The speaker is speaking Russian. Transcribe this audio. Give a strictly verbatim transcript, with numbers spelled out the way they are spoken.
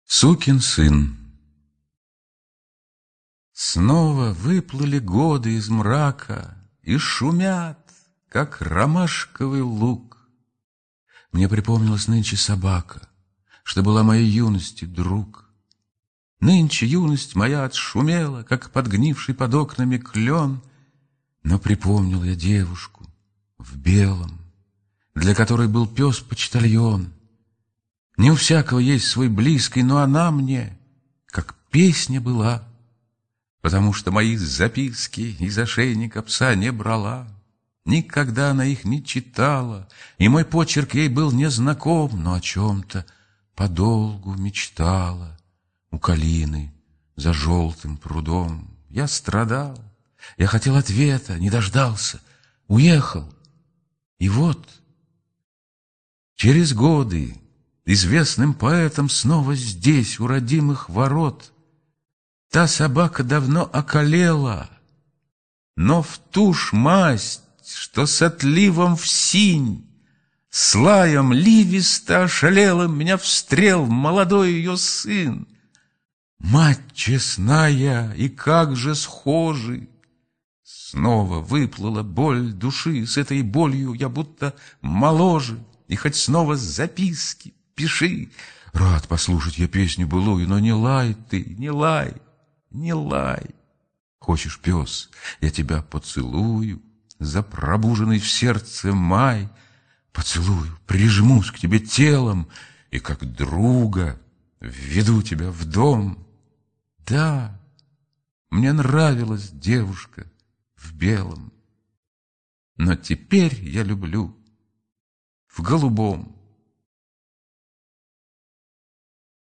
Сукин сын. Снова выплыли годы из мрака и шумят, как ромашковый луг. Мне припомнилась нынче собака, что была моей юности друг. Нынче юность моя отшумела, как подгнивший под окнами клен, но припомнил я девушку в белом, для которой был пес-почтальон. Не у всякого есть свой близкий, но она мне, как песня была, потому что мои записки из ошейника пса не брала. Никогда она их не читала, и мой почерк ей был незнаком, но о чем-то подолгу мечтала. У калины за желтым прудом я страдал, я хотел ответа, не дождался, уехал. И вот через годы известным поэтом снова здесь, у родимых ворот, та собака давно околела, но в ту ж масть, что с отливом в синь, с лаем ливисто ошалелым меня встрел молодой ее сын. Мать честная, и как же схожи! Снова выплыла боль души, с этой болью я будто моложе, и хоть снова записки пиши. Рад послушать я песню былую, но не лай ты, не лай, не лай. Хочешь, пес, я тебя поцелую за пробуженный в сердце май, поцелую, прижмусь к тебе телом и как друга введу тебя в дом. Да, мне нравилась девушка в белом, но теперь я люблю в голубом.